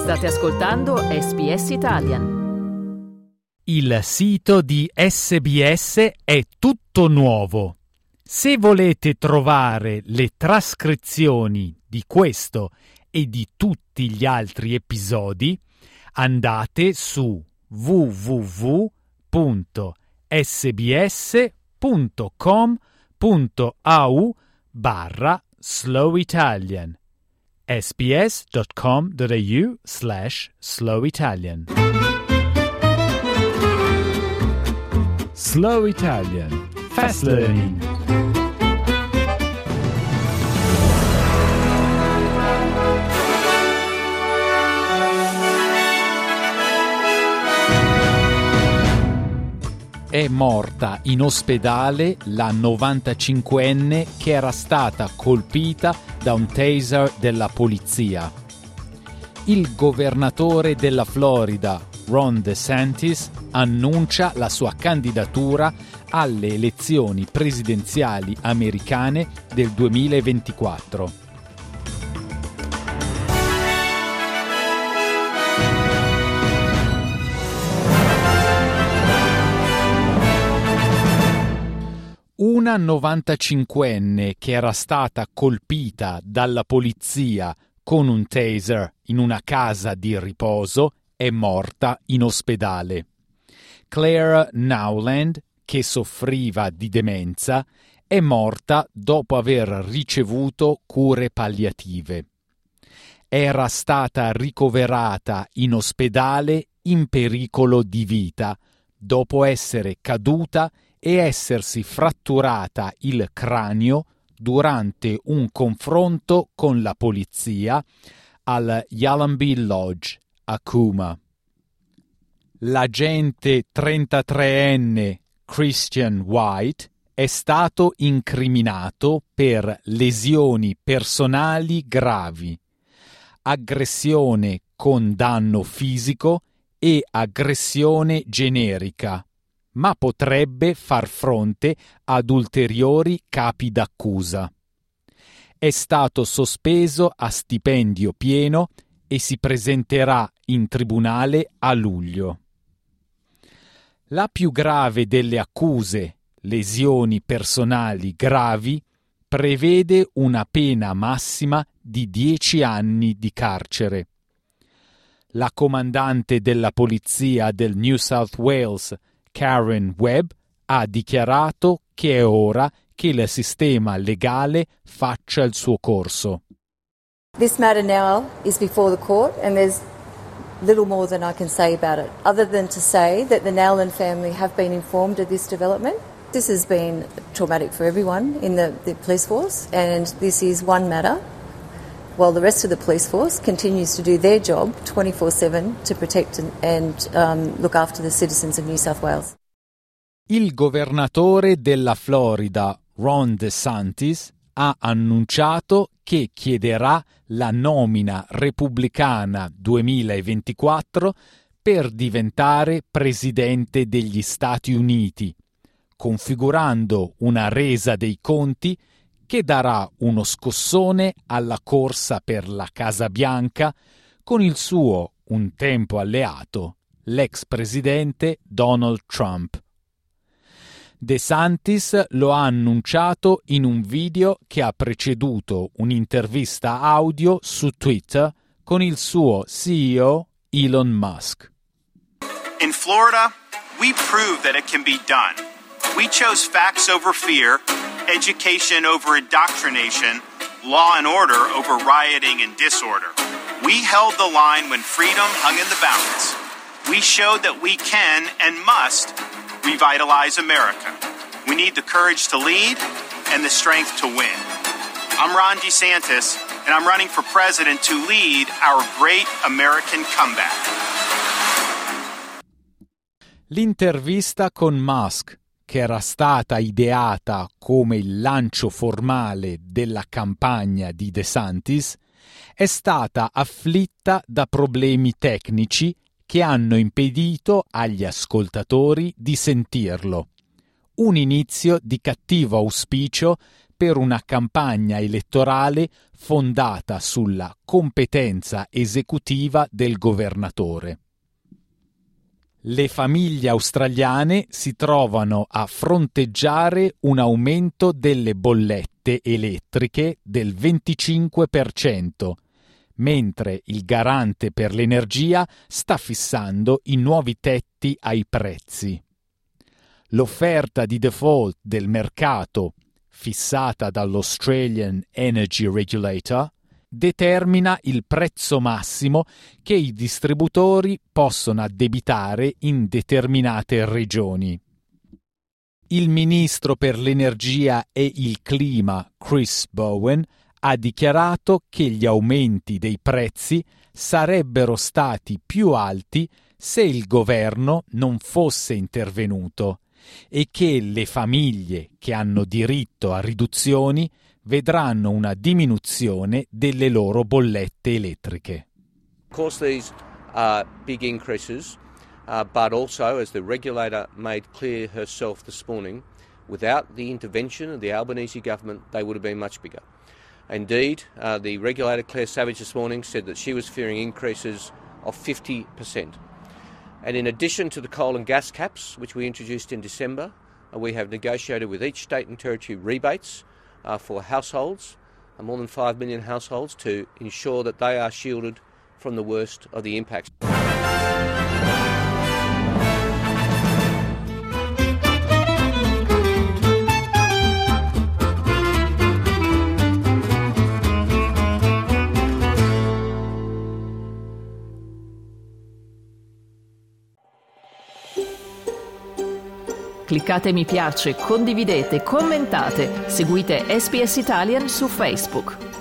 State ascoltando SBS Italian. Il sito di SBS è tutto nuovo. Se volete trovare le trascrizioni di questo e di tutti gli altri episodi, andate su www.sbs.com.au/slowitalian sbs.com.au/slowitalian. Slow Italian. Fast Learning. È morta in ospedale la 95enne che era stata colpita da un taser della polizia. Il governatore della Florida, Ron DeSantis, annuncia la sua candidatura alle elezioni presidenziali americane del 2024. Una 95enne che era stata colpita dalla polizia con un taser in una casa di riposo è morta in ospedale. Claire Nowland, che soffriva di demenza, è morta dopo aver ricevuto cure palliative. Era stata ricoverata in ospedale in pericolo di vita dopo essere caduta e essersi fratturata il cranio durante un confronto con la polizia al Yallambee Lodge a Cooma. L'agente 33enne Christian White è stato incriminato per lesioni personali gravi, aggressione con danno fisico e aggressione generica, ma potrebbe far fronte ad ulteriori capi d'accusa. È stato sospeso a stipendio pieno e si presenterà in tribunale a luglio. La più grave delle accuse, lesioni personali gravi, prevede una pena massima di 10 anni di carcere. La comandante della polizia del New South Wales, Karen Webb, ha dichiarato che è ora che il sistema legale faccia il suo corso. This matter now is before the court and there's little more than I can say about it, other than to say that the Nowland family have been informed of this development. This has been traumatic for everyone in the police force, and this is one matter while the rest of the police force continues to do their job 24/7 to protect and look after the citizens of New South Wales. Il governatore della Florida, Ron DeSantis, ha annunciato che chiederà la nomina repubblicana 2024 per diventare presidente degli Stati Uniti, configurando una resa dei conti che darà uno scossone alla corsa per la Casa Bianca con il suo un tempo alleato, l'ex presidente Donald Trump. DeSantis lo ha annunciato in un video che ha preceduto un'intervista audio su Twitter con il suo CEO Elon Musk. In Florida, we proved that it can be done. We chose facts over fear, education over indoctrination, law and order over rioting and disorder. We held the line when freedom hung in the balance. We showed that we can and must revitalize America. We need the courage to lead and the strength to win. I'm Ron DeSantis, and I'm running for president to lead our great American comeback. L'intervista con Musk, che era stata ideata come il lancio formale della campagna di DeSantis, è stata afflitta da problemi tecnici che hanno impedito agli ascoltatori di sentirlo. Un inizio di cattivo auspicio per una campagna elettorale fondata sulla competenza esecutiva del governatore. Le famiglie australiane si trovano a fronteggiare un aumento delle bollette elettriche del 25%, mentre il garante per l'energia sta fissando i nuovi tetti ai prezzi. L'offerta di default del mercato, fissata dall'Australian Energy Regulator, determina il prezzo massimo che i distributori possono addebitare in determinate regioni. Il ministro per l'energia e il clima, Chris Bowen, ha dichiarato che gli aumenti dei prezzi sarebbero stati più alti se il governo non fosse intervenuto e che le famiglie che hanno diritto a riduzioni vedranno una diminuzione delle loro bollette elettriche. Of course, these are big increases, but also, as the regulator made clear herself this morning, without the intervention of the Albanese government, they would have been much bigger. Indeed, the regulator, Claire Savage, this morning said that she was fearing increases of 50%. And in addition to the coal and gas caps, which we introduced in December, we have negotiated with each state and territory rebates for households, more than 5 million households, to ensure that they are shielded from the worst of the impacts. Cliccate mi piace, condividete, commentate, seguite SBS Italian su Facebook.